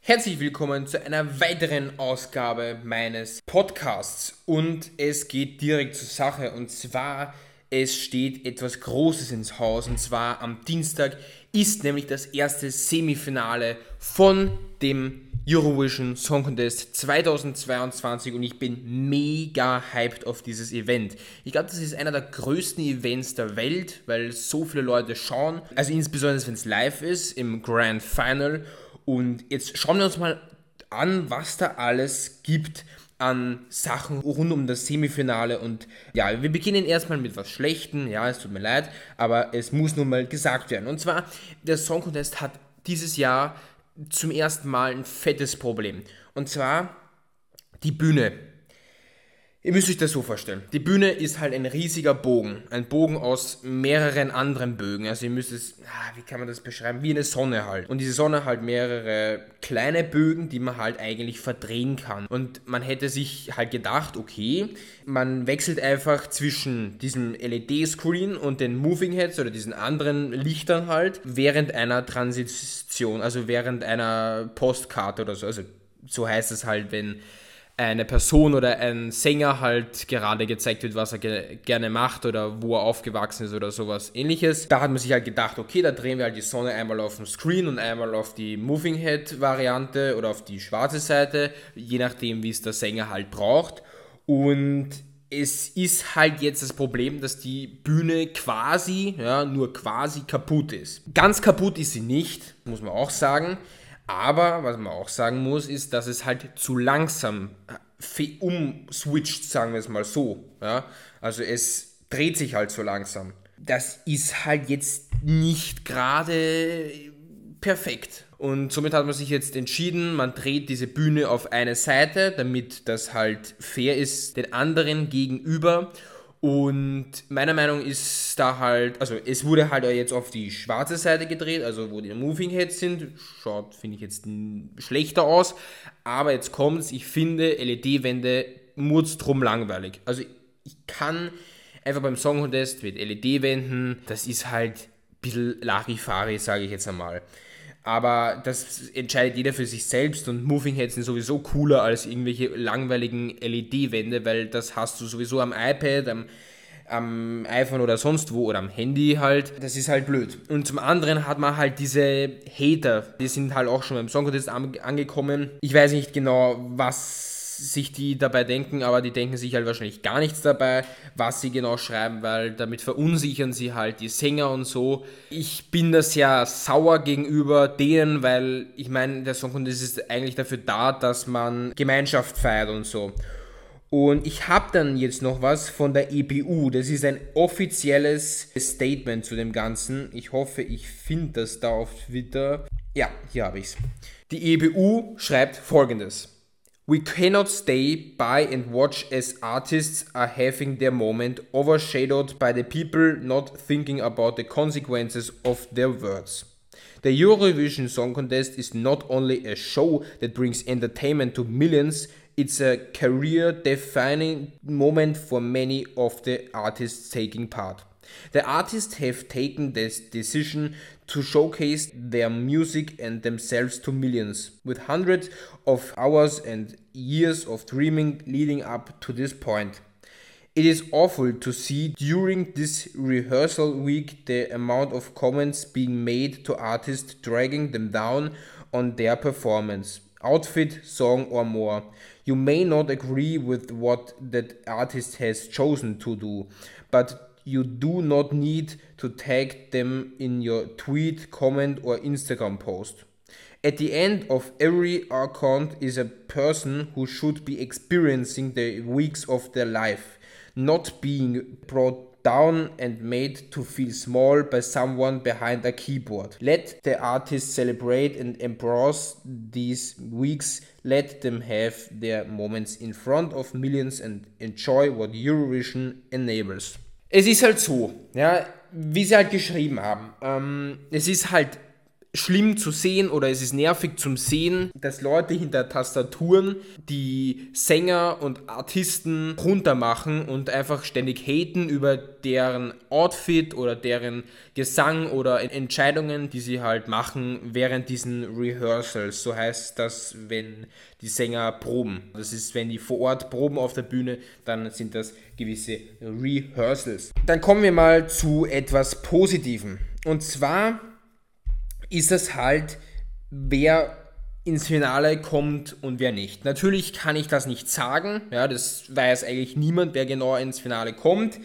Herzlich willkommen zu einer weiteren Ausgabe meines Podcasts und es geht direkt zur Sache und zwar, es steht etwas Großes ins Haus und zwar am Dienstag ist nämlich das erste Semifinale von dem Eurovision Song Contest 2022 und ich bin mega hyped auf dieses Event. Ich glaube, das ist einer der größten Events der Welt, weil so viele Leute schauen, also insbesondere wenn es live ist im Grand Final. Und jetzt schauen wir uns mal an, was da alles gibt an Sachen rund um das Semifinale. Und ja, wir beginnen erstmal mit was Schlechtem. Ja, es tut mir leid, aber es muss nun mal gesagt werden. Und zwar, der Song Contest hat dieses Jahr zum ersten Mal ein fettes Problem. Und zwar die Bühne. Ihr müsst euch das so vorstellen. Die Bühne ist halt ein riesiger Bogen. Ein Bogen aus mehreren anderen Bögen. Also ihr müsst es, wie kann man das beschreiben? Wie eine Sonne halt. Und diese Sonne halt mehrere kleine Bögen, die man halt eigentlich verdrehen kann. Und man hätte sich halt gedacht, okay, man wechselt einfach zwischen diesem LED-Screen und den Moving Heads oder diesen anderen Lichtern halt während einer Transition, also während einer Postkarte oder so. Also so heißt es halt, wenn eine Person oder ein Sänger halt gerade gezeigt wird, was er gerne macht oder wo er aufgewachsen ist oder sowas ähnliches. Da hat man sich halt gedacht, okay, da drehen wir halt die Sonne einmal auf dem Screen und einmal auf die Moving Head Variante oder auf die schwarze Seite, je nachdem, wie es der Sänger halt braucht. Und es ist halt jetzt das Problem, dass die Bühne quasi, nur quasi kaputt ist. Ganz kaputt ist sie nicht, muss man auch sagen. Aber, was man auch sagen muss, ist, dass es halt zu langsam umswitcht, sagen wir es mal so. Ja? Also es dreht sich halt so langsam. Das ist halt jetzt nicht gerade perfekt. Und somit hat man sich jetzt entschieden, man dreht diese Bühne auf eine Seite, damit das halt fair ist den anderen gegenüber. Und meiner Meinung ist da halt, also es wurde halt jetzt auf die schwarze Seite gedreht, also wo die Moving Heads sind, schaut, finde ich jetzt schlechter aus, aber jetzt kommt's, ich finde LED-Wände drum langweilig. Also ich kann einfach beim Song Contest mit LED-Wänden, das ist halt ein bisschen Larifari, sage ich jetzt einmal. Aber das entscheidet jeder für sich selbst und Moving Heads sind sowieso cooler als irgendwelche langweiligen LED-Wände, weil das hast du sowieso am iPad, am iPhone oder sonst wo oder am Handy halt. Das ist halt blöd. Und zum anderen hat man halt diese Hater, die sind halt auch schon beim Song Contest angekommen. Ich weiß nicht genau, was sich die dabei denken, aber die denken sich halt wahrscheinlich gar nichts dabei, was sie genau schreiben, weil damit verunsichern sie halt die Sänger und so. Ich bin da sehr sauer gegenüber denen, weil ich meine, der Song Contest ist eigentlich dafür da, dass man Gemeinschaft feiert und so. Und ich habe dann jetzt noch was von der EBU. Das ist ein offizielles Statement zu dem Ganzen. Ich hoffe, ich finde das da auf Twitter. Ja, hier habe ich es. Die EBU schreibt Folgendes. We cannot stay by and watch as artists are having their moment overshadowed by the people not thinking about the consequences of their words. The Eurovision Song Contest is not only a show that brings entertainment to millions, it's a career-defining moment for many of the artists taking part. The artists have taken this decision to showcase their music and themselves to millions, with hundreds of hours and years of dreaming leading up to this point. It is awful to see during this rehearsal week the amount of comments being made to artists dragging them down on their performance, outfit, song or more. You may not agree with what that artist has chosen to do, but you do not need to tag them in your tweet, comment or Instagram post. At the end of every account is a person who should be experiencing the weeks of their life, not being brought down and made to feel small by someone behind a keyboard. Let the artists celebrate and embrace these weeks. Let them have their moments in front of millions and enjoy what Eurovision enables. Es ist halt so, ja, wie sie halt geschrieben haben. Es ist halt schlimm zu sehen oder es ist nervig zum Sehen, dass Leute hinter Tastaturen die Sänger und Artisten runtermachen und einfach ständig haten über deren Outfit oder deren Gesang oder Entscheidungen, die sie halt machen während diesen Rehearsals. So heißt das, wenn die Sänger proben. Das ist, wenn die vor Ort proben auf der Bühne, dann sind das gewisse Rehearsals. Dann kommen wir mal zu etwas Positivem. Und zwar ist es halt, wer ins Finale kommt und wer nicht. Natürlich kann ich das nicht sagen, ja, das weiß eigentlich niemand, wer genau ins Finale kommt.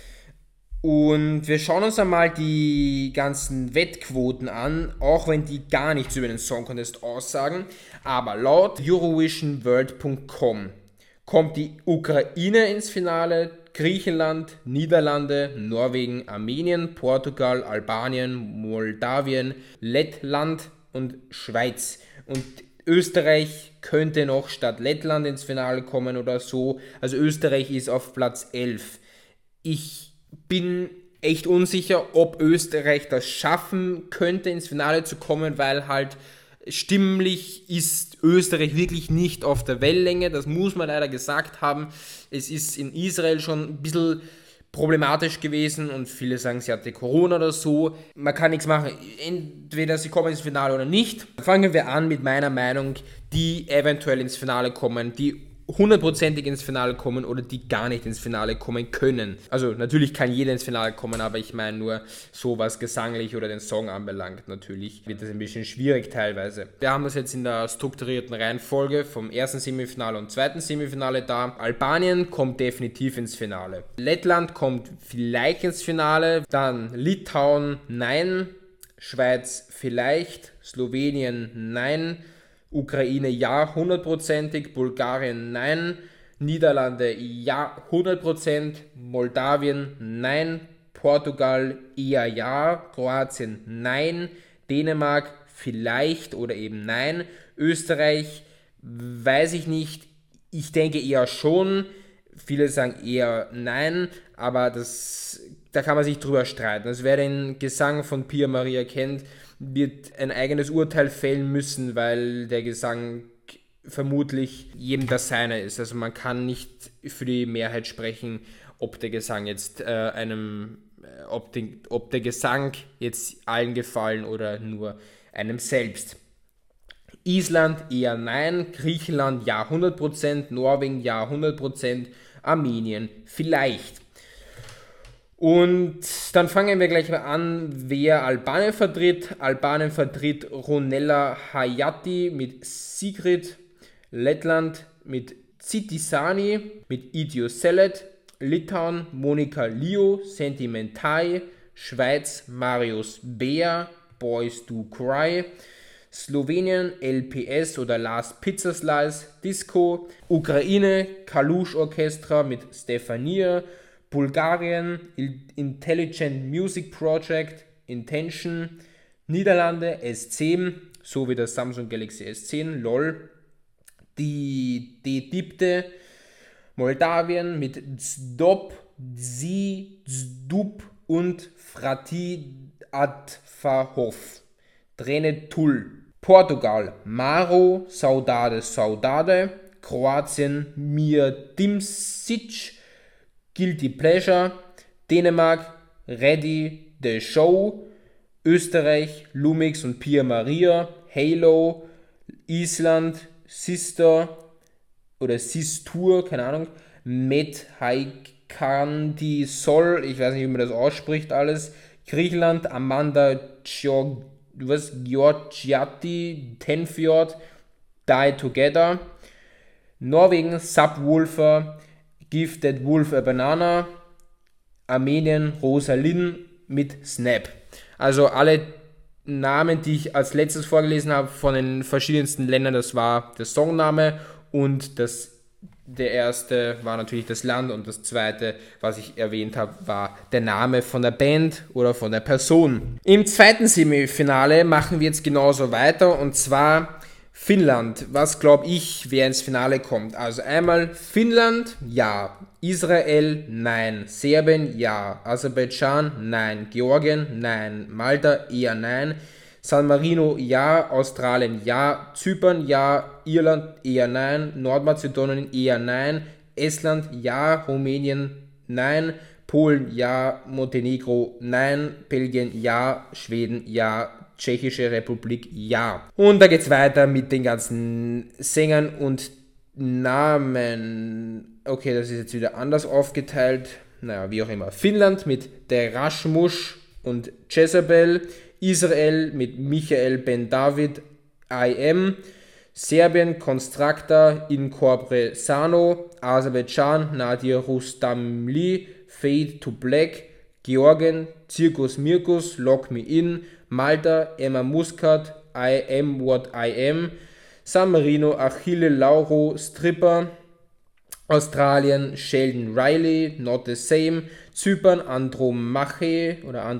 Und wir schauen uns einmal die ganzen Wettquoten an, auch wenn die gar nichts über den Song Contest aussagen. Aber laut eurovisionworld.com kommt die Ukraine ins Finale, Griechenland, Niederlande, Norwegen, Armenien, Portugal, Albanien, Moldawien, Lettland und Schweiz. Und Österreich könnte noch statt Lettland ins Finale kommen oder so. Also Österreich ist auf Platz 11. Ich bin echt unsicher, ob Österreich das schaffen könnte, ins Finale zu kommen, weil halt stimmlich ist Österreich wirklich nicht auf der Wellenlänge, das muss man leider gesagt haben. Es ist in Israel schon ein bisschen problematisch gewesen und viele sagen, sie hatte Corona oder so. Man kann nichts machen, entweder sie kommen ins Finale oder nicht. Fangen wir an mit meiner Meinung, die eventuell ins Finale kommen, die hundertprozentig ins Finale kommen oder die gar nicht ins Finale kommen können. Also natürlich kann jeder ins Finale kommen, aber ich meine nur so, was gesanglich oder den Song anbelangt. Natürlich wird das ein bisschen schwierig teilweise. Wir haben das jetzt in der strukturierten Reihenfolge vom ersten Semifinale und zweiten Semifinale da. Albanien kommt definitiv ins Finale. Lettland kommt vielleicht ins Finale. Dann Litauen, nein. Schweiz vielleicht. Slowenien, nein. Ukraine ja, 100%, Bulgarien nein, Niederlande ja, 100%, Moldawien nein, Portugal eher ja, Kroatien nein, Dänemark vielleicht oder eben nein, Österreich weiß ich nicht, ich denke eher schon, viele sagen eher nein, aber da kann man sich drüber streiten. Also wer den Gesang von Pia Maria kennt, wird ein eigenes Urteil fällen müssen, weil der Gesang vermutlich jedem das seine ist. Also man kann nicht für die Mehrheit sprechen, ob der Gesang jetzt ob der Gesang jetzt allen gefallen oder nur einem selbst. Island eher nein, Griechenland ja 100%, Norwegen ja 100%, Armenien vielleicht. Und dann fangen wir gleich mal an, wer Albanien vertritt. Albanien vertritt Ronella Hayati mit Sigrid, Lettland mit Zitisani, mit Idio Selet, Litauen Monika Lio, Sentimentai, Schweiz Marius Bea, Boys Do Cry, Slowenien LPS oder Last Pizza Slice, Disco, Ukraine Kalush Orchestra mit Stefania, Bulgarien Intelligent Music Project, Intention, Niederlande S10, so wie das Samsung Galaxy S10, LOL, die Dipte, Moldawien mit Zdop, Zdub und Frati Adfahov, Trenetul, Portugal Maro, Saudade Saudade, Kroatien Mir Dimsic, Guilty Pleasure, Dänemark Ready the Show, Österreich Lumix und Pia Maria, Halo, Island Sister oder Sistur, keine Ahnung, Met Haikandi Sol, ich weiß nicht, wie man das ausspricht alles, Griechenland Amanda Giorgiati, Tenfjord, Die Together, Norwegen Subwoofer, Gifted Wolf a Banana, Armenien Rosalind mit Snap. Also alle Namen, die ich als letztes vorgelesen habe von den verschiedensten Ländern, das war der Songname und der erste war natürlich das Land und das zweite, was ich erwähnt habe, war der Name von der Band oder von der Person. Im zweiten Semifinale machen wir jetzt genauso weiter und zwar Finnland. Was glaube ich, wer ins Finale kommt? Also einmal Finnland, ja. Israel, nein. Serbien, ja. Aserbaidschan, nein. Georgien, nein. Malta, eher nein. San Marino ja, Australien ja, Zypern ja, Irland eher nein, Nordmazedonien eher nein, Estland ja, Rumänien nein, Polen ja, Montenegro nein, Belgien ja, Schweden ja, Tschechische Republik ja. Und da geht's weiter mit den ganzen Sängern und Namen. Okay, das ist jetzt wieder anders aufgeteilt. Naja, wie auch immer. Finnland mit der Rasmus und Jezebel. Israel mit Michael Ben David IM. Serbien Constructa Incorpore Sano. Aserbaidschan Nadir Rustamli Fade to Black. Georgien Circus Mirkus Lock Me In. Malta Emma Muscat I Am What I Am. San Marino Achille Lauro Stripper. Australien Sheldon Riley, Not the Same. Zypern Andromache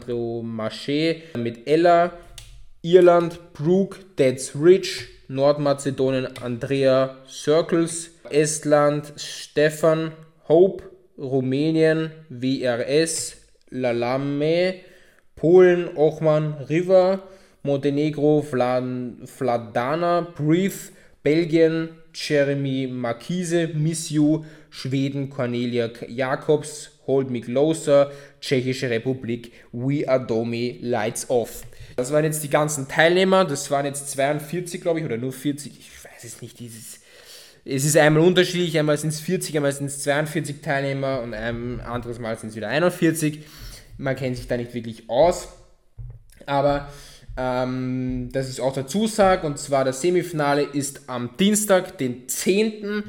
mit Ella. Irland Brooke That's Rich. Nordmazedonien Andrea Circles. Estland Stefan Hope. Rumänien WRS Lalame. Polen Ochman River. Montenegro Vladana Breathe. Belgien Jeremy Marquise, Miss You, Schweden Cornelia Jacobs, Hold Me Closer, Tschechische Republik, We Are Domi, Lights Off. Das waren jetzt die ganzen Teilnehmer, das waren jetzt 42, glaube ich, oder nur 40, ich weiß es nicht, es ist einmal unterschiedlich, einmal sind es 40, einmal sind es 42 Teilnehmer und ein anderes Mal sind es wieder 41. Man kennt sich da nicht wirklich aus, aber dass ich auch dazu sage, und zwar das Semifinale ist am Dienstag, den 10.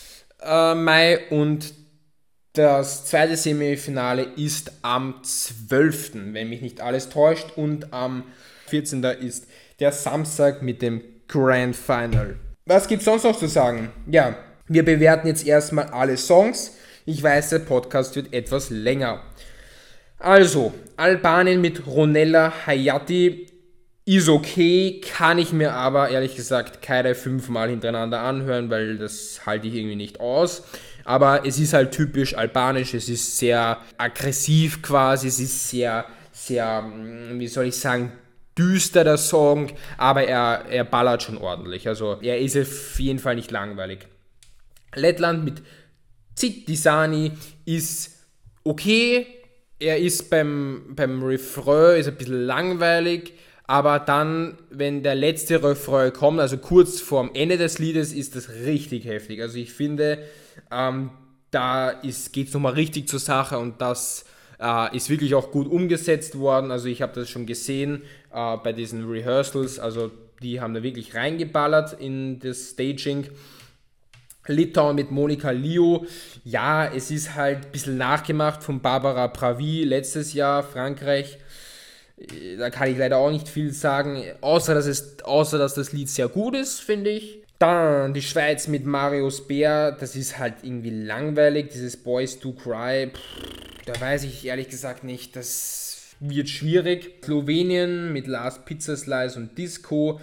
Mai und das zweite Semifinale ist am 12., wenn mich nicht alles täuscht, und am 14. ist der Samstag mit dem Grand Final. Was gibt es sonst noch zu sagen? Ja, wir bewerten jetzt erstmal alle Songs. Ich weiß, der Podcast wird etwas länger. Also, Albanien mit Ronella Hayati ist okay, kann ich mir aber ehrlich gesagt keine 5-mal hintereinander anhören, weil das halte ich irgendwie nicht aus. Aber es ist halt typisch albanisch, es ist sehr aggressiv quasi, es ist sehr, wie soll ich sagen, düster der Song, aber er ballert schon ordentlich. Also er ist auf jeden Fall nicht langweilig. Lettland mit Zitisani ist okay, er ist beim Refrain ist ein bisschen langweilig, aber dann, wenn der letzte Refrain kommt, also kurz vorm Ende des Liedes, ist das richtig heftig. Also ich finde, da geht es nochmal richtig zur Sache und das ist wirklich auch gut umgesetzt worden. Also ich habe das schon gesehen bei diesen Rehearsals, also die haben da wirklich reingeballert in das Staging. Litauen mit Monika Liu, ja, es ist halt ein bisschen nachgemacht von Barbara Pravi letztes Jahr, Frankreich. Da kann ich leider auch nicht viel sagen, außer dass das Lied sehr gut ist, finde ich. Dann die Schweiz mit Marius Bär, das ist halt irgendwie langweilig, dieses Boys Do Cry, da weiß ich ehrlich gesagt nicht, das wird schwierig. Slowenien mit Last Pizza Slice und Disco,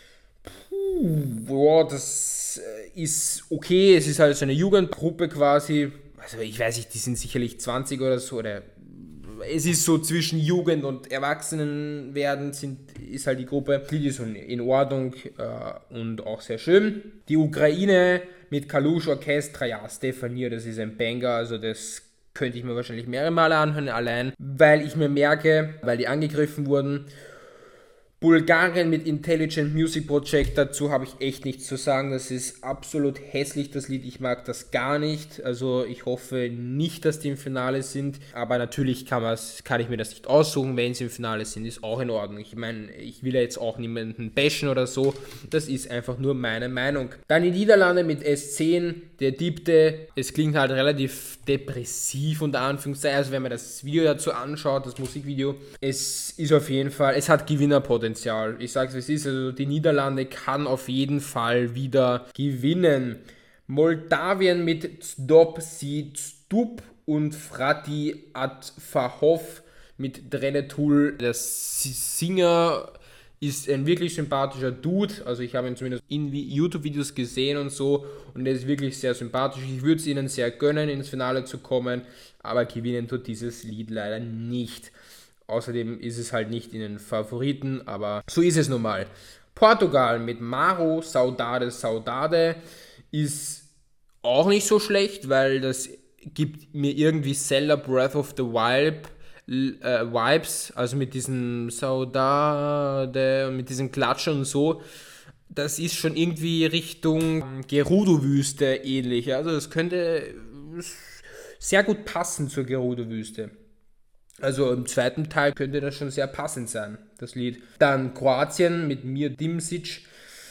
boah, das ist okay, es ist halt so eine Jugendgruppe quasi, also ich weiß nicht, die sind sicherlich 20 oder so, oder es ist so zwischen Jugend und Erwachsenen werden, ist halt die Gruppe. Das Lied ist in Ordnung und auch sehr schön. Die Ukraine mit Kalush Orchestra, ja, Stefania, das ist ein Banger, also das könnte ich mir wahrscheinlich mehrere Male anhören, allein, weil ich mir merke, weil die angegriffen wurden. Bulgarien mit Intelligent Music Project, dazu habe ich echt nichts zu sagen, das ist absolut hässlich, das Lied, ich mag das gar nicht, also ich hoffe nicht, dass die im Finale sind, aber natürlich kann ich mir das nicht aussuchen, wenn sie im Finale sind, ist auch in Ordnung. Ich meine, ich will ja jetzt auch niemanden bashen oder so, das ist einfach nur meine Meinung. Dann die Niederlande mit S10, der Diebte, es klingt halt relativ depressiv unter Anführungszeichen, also wenn man das Video dazu anschaut, das Musikvideo, es ist auf jeden Fall, es hat Gewinnerpotenzial. Ich sage es, wie es ist, also die Niederlande kann auf jeden Fall wieder gewinnen. Moldawien mit Zdop Si Stup und Frati Atfahov mit Drenetul. Der Singer ist ein wirklich sympathischer Dude, also ich habe ihn zumindest in YouTube-Videos gesehen und so und er ist wirklich sehr sympathisch. Ich würde es ihnen sehr gönnen, ins Finale zu kommen, aber gewinnen tut dieses Lied leider nicht. Außerdem ist es halt nicht in den Favoriten, aber so ist es nun mal. Portugal mit Maro, Saudade, Saudade ist auch nicht so schlecht, weil das gibt mir irgendwie Zelda Breath of the Wild Vibes, also mit diesem Saudade, mit diesem Klatschen und so. Das ist schon irgendwie Richtung Gerudo-Wüste ähnlich. Also das könnte sehr gut passen zur Gerudo-Wüste. Also im zweiten Teil könnte das schon sehr passend sein, das Lied. Dann Kroatien mit Mir Dimsic.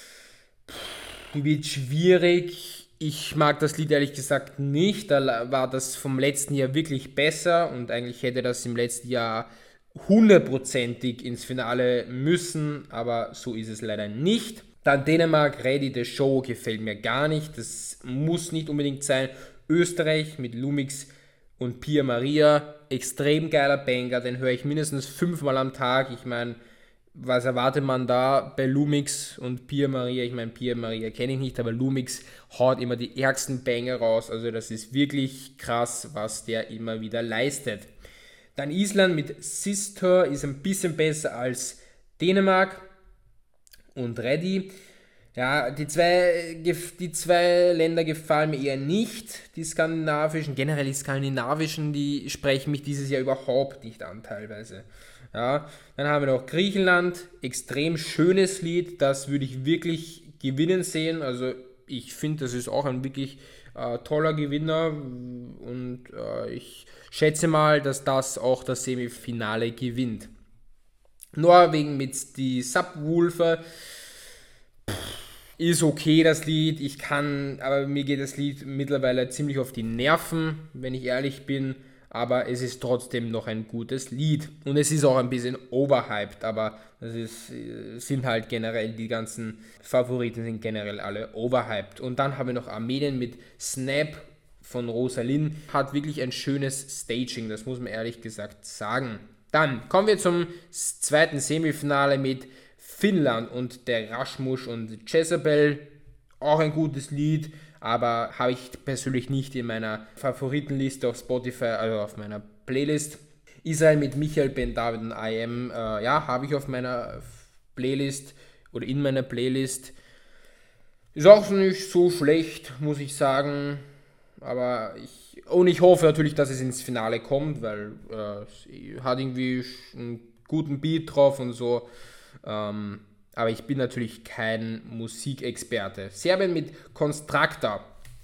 Wird schwierig. Ich mag das Lied ehrlich gesagt nicht. Da war das vom letzten Jahr wirklich besser und eigentlich hätte das im letzten Jahr hundertprozentig ins Finale müssen, aber so ist es leider nicht. Dann Dänemark, Ready the Show gefällt mir gar nicht. Das muss nicht unbedingt sein. Österreich mit Lumix und Pia Maria, extrem geiler Banger, den höre ich mindestens 5-mal am Tag. Ich meine, was erwartet man da bei Lumix und Pia Maria? Ich meine, Pia Maria kenne ich nicht, aber Lumix haut immer die ärgsten Banger raus. Also das ist wirklich krass, was der immer wieder leistet. Dann Island mit Sister ist ein bisschen besser als Dänemark und Ready. Ja, die zwei Länder gefallen mir eher nicht, die skandinavischen. Generell die skandinavischen, die sprechen mich dieses Jahr überhaupt nicht an teilweise. Ja, dann haben wir noch Griechenland, extrem schönes Lied, das würde ich wirklich gewinnen sehen. Also ich finde, das ist auch ein wirklich toller Gewinner und ich schätze mal, dass das auch das Semifinale gewinnt. Norwegen mit die Subwoofer. Ist okay, das Lied. Aber mir geht das Lied mittlerweile ziemlich auf die Nerven, wenn ich ehrlich bin. Aber es ist trotzdem noch ein gutes Lied. Und es ist auch ein bisschen overhyped, aber sind halt generell, die ganzen Favoriten sind generell alle overhyped. Und dann haben wir noch Armenien mit Snap von Rosalind. Hat wirklich ein schönes Staging, das muss man ehrlich gesagt sagen. Dann kommen wir zum zweiten Semifinale mit Finnland und der Rasmus und Jezebel, auch ein gutes Lied, aber habe ich persönlich nicht in meiner Favoritenliste auf Spotify, also auf meiner Playlist. Israel mit Michael, Ben David und IM, habe ich auf meiner Playlist oder in meiner Playlist. Ist auch nicht so schlecht, muss ich sagen, aber ich hoffe natürlich, dass es ins Finale kommt, weil es hat irgendwie einen guten Beat drauf und so. Aber ich bin natürlich kein Musikexperte. Serbien mit Constracta.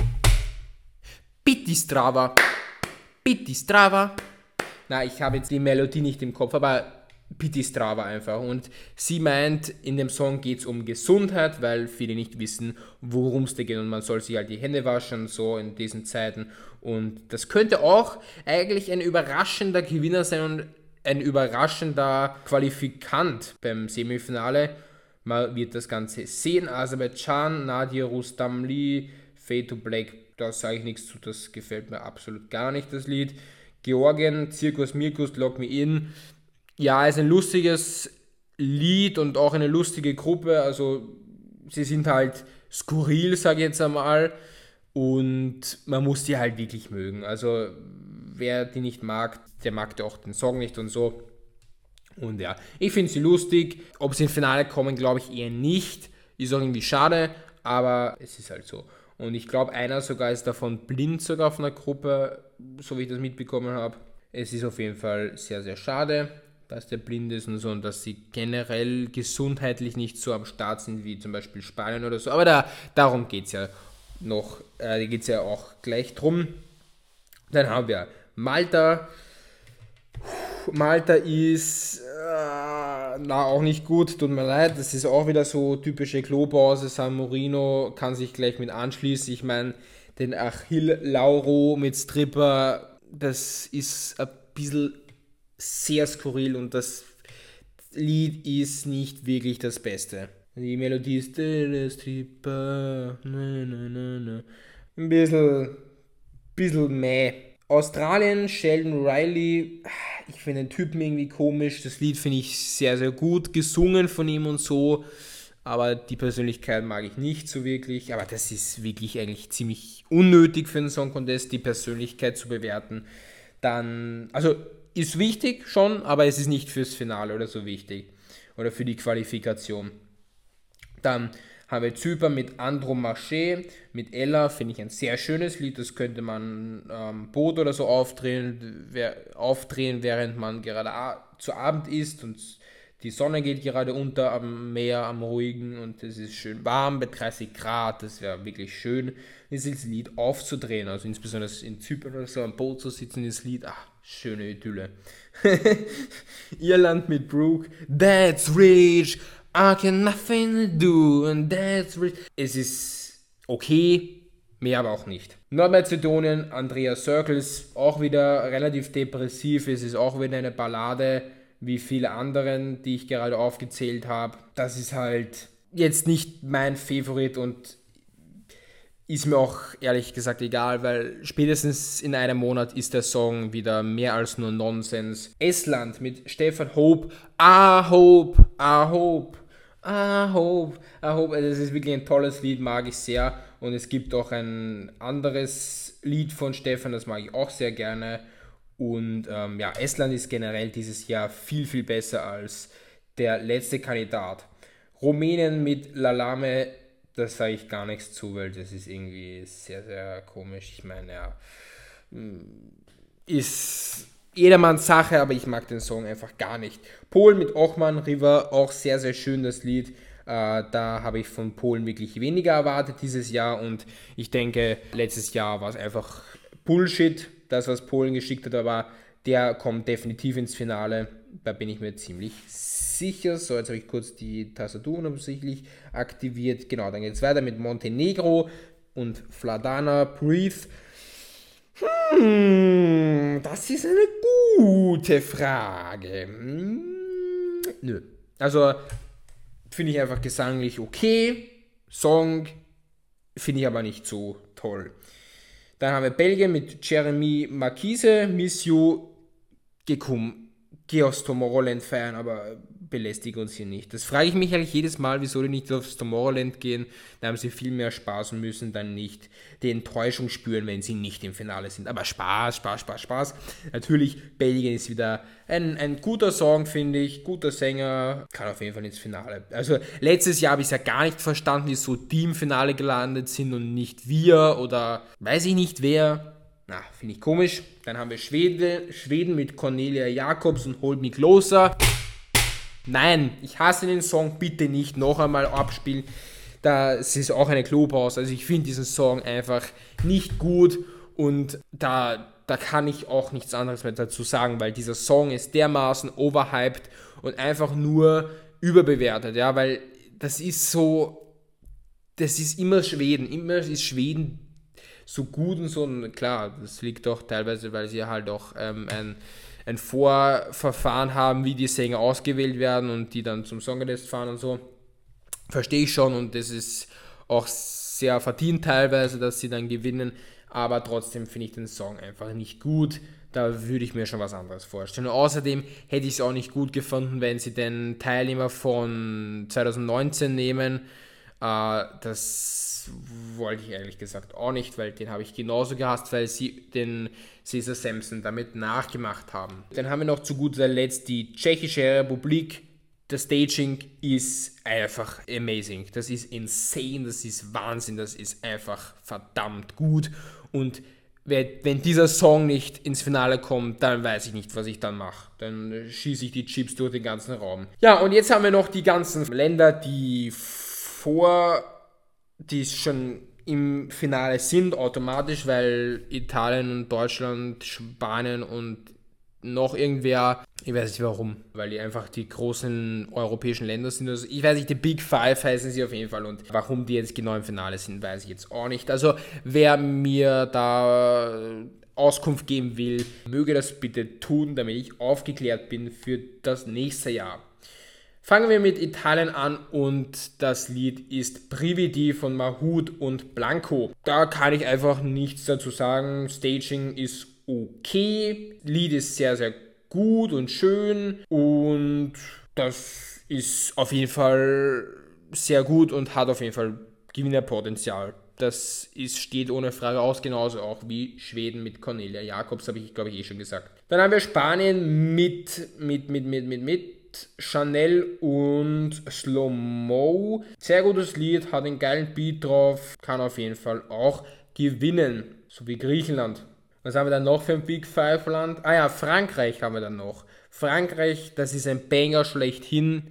Pitistrava. Pitistrava. Na, ich habe jetzt die Melodie nicht im Kopf, aber Pitistrava einfach. Und sie meint, in dem Song geht es um Gesundheit, weil viele nicht wissen, worum es da geht. Und man soll sich halt die Hände waschen, so in diesen Zeiten. Und das könnte auch eigentlich ein überraschender Gewinner sein und ein überraschender Qualifikant beim Semifinale. Man wird das Ganze sehen. Aserbaidschan, Nadia Rustamli, Fade to Black, da sage ich nichts zu, das gefällt mir absolut gar nicht, das Lied. Georgien, Zirkus Mirkus, Lock Me In. Ja, ist ein lustiges Lied und auch eine lustige Gruppe. Also sie sind halt skurril, sage ich jetzt einmal. Und man muss die halt wirklich mögen. Also wer die nicht mag, der mag auch den Song nicht und so. Und ja, ich finde sie lustig. Ob sie ins Finale kommen, glaube ich eher nicht. Ist auch irgendwie schade, aber es ist halt so. Und ich glaube, einer sogar ist davon blind sogar auf einer Gruppe, so wie ich das mitbekommen habe. Es ist auf jeden Fall sehr, sehr schade, dass der blind ist und so und dass sie generell gesundheitlich nicht so am Start sind wie zum Beispiel Spanien oder so. Aber darum geht es ja noch. Da geht es ja auch gleich drum. Dann haben wir Malta. Malta ist auch nicht gut, tut mir leid. Das ist auch wieder so typische Klopause. San Marino kann sich gleich mit anschließen. Ich meine, den Achille Lauro mit Stripper, das ist ein bisschen sehr skurril und das Lied ist nicht wirklich das Beste. Die Melodie ist Stripper, ein bisschen meh. Australien, Sheldon Riley, ich finde den Typen irgendwie komisch, das Lied finde ich sehr, sehr gut gesungen von ihm und so, aber die Persönlichkeit mag ich nicht so wirklich, aber das ist wirklich eigentlich ziemlich unnötig für einen Song Contest, die Persönlichkeit zu bewerten. Dann, also ist wichtig schon, aber es ist nicht fürs Finale oder so wichtig. Oder für die Qualifikation. Dann haben wir Zypern mit Andromache, mit Ella, finde ich ein sehr schönes Lied. Das könnte man Boot oder so aufdrehen, während man gerade zu Abend isst und die Sonne geht gerade unter am Meer, am Ruhigen und es ist schön warm bei 30 Grad. Das wäre wirklich schön, dieses Lied aufzudrehen. Also insbesondere in Zypern oder so am Boot zu sitzen, dieses Lied, schöne Idylle. Irland mit Brooke, that's rich, I can nothing do and that's rich. Es ist okay, mehr aber auch nicht. Nordmazedonien, Andrea Circles, auch wieder relativ depressiv. Es ist auch wieder eine Ballade, wie viele anderen, die ich gerade aufgezählt habe. Das ist halt jetzt nicht mein Favorit und ist mir auch ehrlich gesagt egal, weil spätestens in einem Monat ist der Song wieder mehr als nur Nonsens. Estland mit Stefan Hope. I hope, I hope, I hope, I hope. Also das ist wirklich ein tolles Lied, mag ich sehr. Und es gibt auch ein anderes Lied von Stefan, das mag ich auch sehr gerne. Und Estland ist generell dieses Jahr viel, viel besser als der letzte Kandidat. Rumänien mit Lalame, das sage ich gar nichts zu, weil das ist irgendwie sehr, sehr komisch. Ich meine, ist jedermanns Sache, aber ich mag den Song einfach gar nicht. Polen mit Ochman River, auch sehr, sehr schön das Lied. Da habe ich von Polen wirklich weniger erwartet dieses Jahr und ich denke, letztes Jahr war es einfach Bullshit, das was Polen geschickt hat, aber der kommt definitiv ins Finale, da bin ich mir ziemlich sicher. So, jetzt habe ich kurz die Tastatur unabsichtlich aktiviert. Genau, dann geht es weiter mit Montenegro und Vladana Breathe. Das ist eine gute Frage. Nö. Also finde ich einfach gesanglich okay. Song finde ich aber nicht so toll. Dann haben wir Belgien mit Jeremy Marquise, Miss You, geh aufs Tomorrowland feiern, aber belästige uns hier nicht. Das frage ich mich eigentlich jedes Mal, wieso die nicht aufs Tomorrowland gehen. Da haben sie viel mehr Spaß und müssen dann nicht die Enttäuschung spüren, wenn sie nicht im Finale sind. Aber Spaß. Natürlich, Belgien ist wieder ein guter Song, finde ich. Guter Sänger, kann auf jeden Fall ins Finale. Also letztes Jahr habe ich es ja gar nicht verstanden, wieso die im Finale gelandet sind und nicht wir oder weiß ich nicht wer. Finde ich komisch. Dann haben wir Schweden mit Cornelia Jacobs und Hold Me Closer. Nein, ich hasse den Song, bitte nicht noch einmal abspielen. Das ist auch eine Klopause. Also ich finde diesen Song einfach nicht gut und da kann ich auch nichts anderes mehr dazu sagen, weil dieser Song ist dermaßen overhyped und einfach nur überbewertet, ja, weil das ist immer Schweden. Immer ist Schweden so gut und so, und klar, das liegt auch teilweise, weil sie halt auch ein Vorverfahren haben, wie die Sänger ausgewählt werden und die dann zum Songcontest fahren und so. Verstehe ich schon und das ist auch sehr verdient teilweise, dass sie dann gewinnen, aber trotzdem finde ich den Song einfach nicht gut. Da würde ich mir schon was anderes vorstellen. Und außerdem hätte ich es auch nicht gut gefunden, wenn sie den Teilnehmer von 2019 nehmen. Das wollte ich ehrlich gesagt auch nicht, weil den habe ich genauso gehasst, weil sie den Cesar Sampson damit nachgemacht haben. Dann haben wir noch zu guter Letzt die Tschechische Republik. Das Staging ist einfach amazing. Das ist insane, das ist Wahnsinn, das ist einfach verdammt gut. Und wenn dieser Song nicht ins Finale kommt, dann weiß ich nicht, was ich dann mache. Dann schieße ich die Chips durch den ganzen Raum. Ja, und jetzt haben wir noch die ganzen Länder, die schon im Finale sind, automatisch, weil Italien und Deutschland, Spanien und noch irgendwer, ich weiß nicht warum, weil die einfach die großen europäischen Länder sind. Also ich weiß nicht, die Big Five heißen sie auf jeden Fall und warum die jetzt genau im Finale sind, weiß ich jetzt auch nicht. Also wer mir da Auskunft geben will, möge das bitte tun, damit ich aufgeklärt bin für das nächste Jahr. Fangen wir mit Italien an und das Lied ist Brividi von Mahmood und Blanco. Da kann ich einfach nichts dazu sagen. Staging ist okay. Lied ist sehr, sehr gut und schön und das ist auf jeden Fall sehr gut und hat auf jeden Fall Gewinnerpotenzial. Steht ohne Frage aus, genauso auch wie Schweden mit Cornelia Jacobs, habe ich, glaube ich, schon gesagt. Dann haben wir Spanien mit Chanel und Slow Mo. Sehr gutes Lied, hat einen geilen Beat drauf, kann auf jeden Fall auch gewinnen, so wie Griechenland. Was haben wir dann noch für ein Big Five Land? Frankreich haben wir dann noch. Frankreich, das ist ein Banger schlechthin.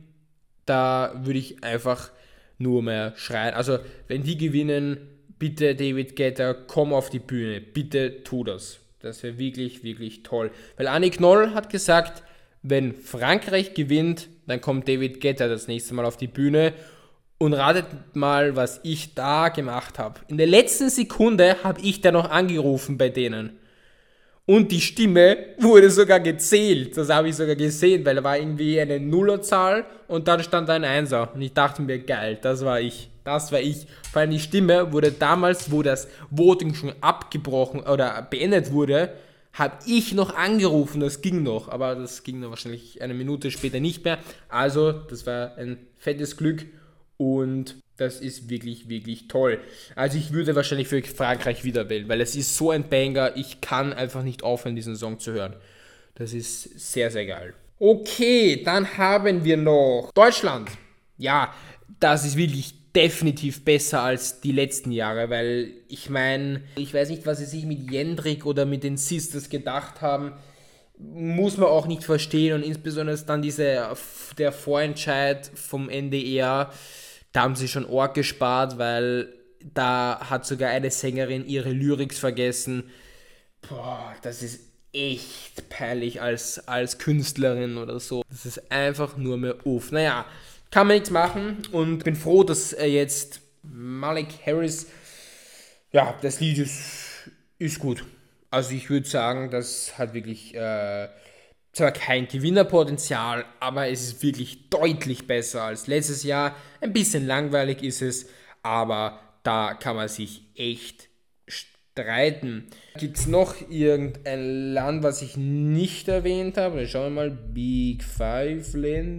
Da würde ich einfach nur mehr schreien. Also, wenn die gewinnen, bitte David Guetta, komm auf die Bühne. Bitte tu das. Das wäre wirklich, wirklich toll. Weil Annie Knoll hat gesagt, wenn Frankreich gewinnt, dann kommt David Guetta das nächste Mal auf die Bühne. Und ratet mal, was ich da gemacht habe. In der letzten Sekunde habe ich da noch angerufen bei denen. Und die Stimme wurde sogar gezählt. Das habe ich sogar gesehen, weil da war irgendwie eine Nullerzahl und dann stand da ein Einser. Und ich dachte mir, geil, das war ich. Vor allem die Stimme wurde damals, wo das Voting schon abgebrochen oder beendet wurde, habe ich noch angerufen. Das ging noch, aber das ging dann wahrscheinlich eine Minute später nicht mehr. Also, das war ein fettes Glück und das ist wirklich, wirklich toll. Also ich würde wahrscheinlich für Frankreich wieder wählen, weil es ist so ein Banger, ich kann einfach nicht aufhören, diesen Song zu hören. Das ist sehr, sehr geil. Okay, dann haben wir noch Deutschland. Ja, das ist wirklich definitiv besser als die letzten Jahre, weil ich meine, ich weiß nicht, was sie sich mit Jendrik oder mit den Sisters gedacht haben, muss man auch nicht verstehen und insbesondere dann der Vorentscheid vom NDR, da haben sie schon arg gespart, weil da hat sogar eine Sängerin ihre Lyrics vergessen. Boah, das ist echt peinlich als Künstlerin oder so. Das ist einfach nur mehr uff. Naja, kann man nichts machen und bin froh, dass jetzt Malik Harris, ja, das Lied ist gut. Also ich würde sagen, das hat wirklich zwar kein Gewinnerpotenzial, aber es ist wirklich deutlich besser als letztes Jahr. Ein bisschen langweilig ist es, aber da kann man sich echt streiten. Gibt es noch irgendein Land, was ich nicht erwähnt habe? Schauen wir mal, Big Five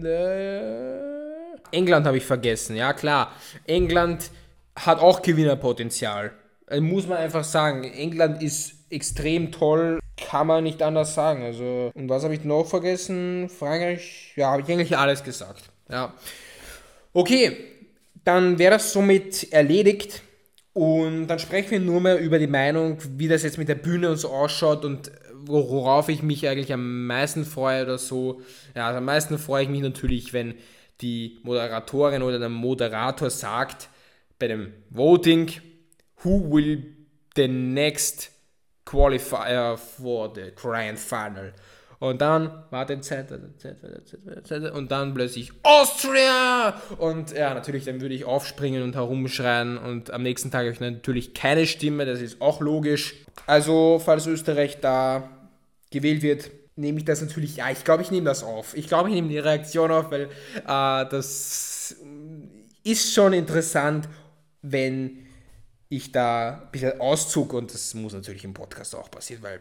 Länder. England habe ich vergessen, ja klar. England hat auch Gewinnerpotenzial. Muss man einfach sagen. England ist extrem toll. Kann man nicht anders sagen. Also, und was habe ich noch vergessen? Frankreich, ja, habe ich eigentlich alles gesagt. Ja. Okay, dann wäre das somit erledigt. Und dann sprechen wir nur mehr über die Meinung, wie das jetzt mit der Bühne und so ausschaut und worauf ich mich eigentlich am meisten freue oder so. Ja, also am meisten freue ich mich natürlich, wenn die Moderatorin oder der Moderator sagt bei dem Voting, who will the next qualifier for the Grand Final. Und dann war der Z und dann plötzlich Austria! Und ja, natürlich, dann würde ich aufspringen und herumschreien und am nächsten Tag habe ich natürlich keine Stimme, das ist auch logisch. Also, falls Österreich da gewählt wird, nehme ich das natürlich, ja, ich glaube, ich nehme das auf. Ich glaube, ich nehme die Reaktion auf, weil das ist schon interessant, wenn ich da ein bisschen Auszug und das muss natürlich im Podcast auch passieren, weil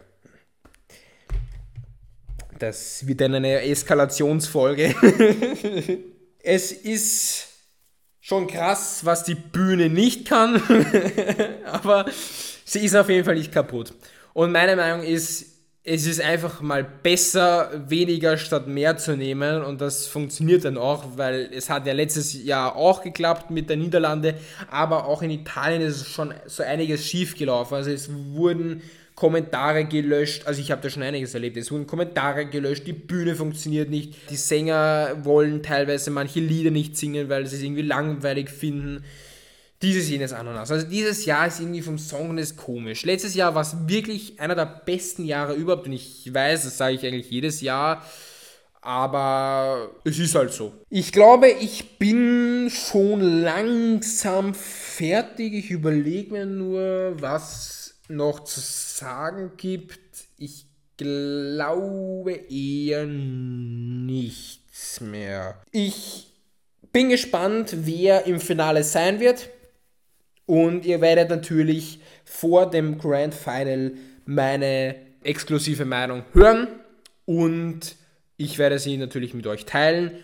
das wird dann eine Eskalationsfolge. Es ist schon krass, was die Bühne nicht kann, aber sie ist auf jeden Fall nicht kaputt. Und meine Meinung ist, es ist einfach mal besser, weniger statt mehr zu nehmen und das funktioniert dann auch, weil es hat ja letztes Jahr auch geklappt mit der Niederlande, aber auch in Italien ist schon so einiges schief gelaufen. Also es wurden Kommentare gelöscht, also ich habe da schon einiges erlebt, es wurden Kommentare gelöscht, die Bühne funktioniert nicht, die Sänger wollen teilweise manche Lieder nicht singen, weil sie es irgendwie langweilig finden. Dieses, jenes, Ananas. Also dieses Jahr ist irgendwie vom Song das komisch. Letztes Jahr war es wirklich einer der besten Jahre überhaupt und ich weiß, das sage ich eigentlich jedes Jahr, aber es ist halt so. Ich glaube, ich bin schon langsam fertig. Ich überlege mir nur, was noch zu sagen gibt. Ich glaube eher nichts mehr. Ich bin gespannt, wer im Finale sein wird. Und ihr werdet natürlich vor dem Grand Final meine exklusive Meinung hören und ich werde sie natürlich mit euch teilen.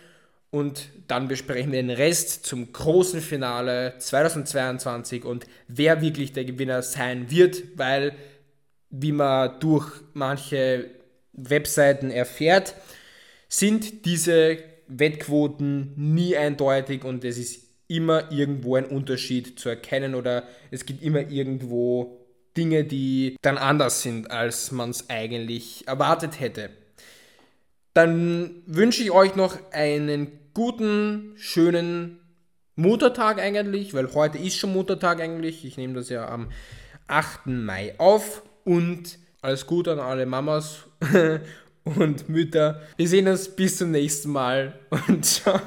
und dann besprechen wir den Rest zum großen Finale 2022 und wer wirklich der Gewinner sein wird, weil, wie man durch manche Webseiten erfährt, sind diese Wettquoten nie eindeutig und es ist immer irgendwo ein Unterschied zu erkennen oder es gibt immer irgendwo Dinge, die dann anders sind, als man es eigentlich erwartet hätte. Dann wünsche ich euch noch einen guten, schönen Muttertag eigentlich, weil heute ist schon Muttertag eigentlich. Ich nehme das ja am 8. Mai auf und alles Gute an alle Mamas und Mütter. Wir sehen uns bis zum nächsten Mal und ciao.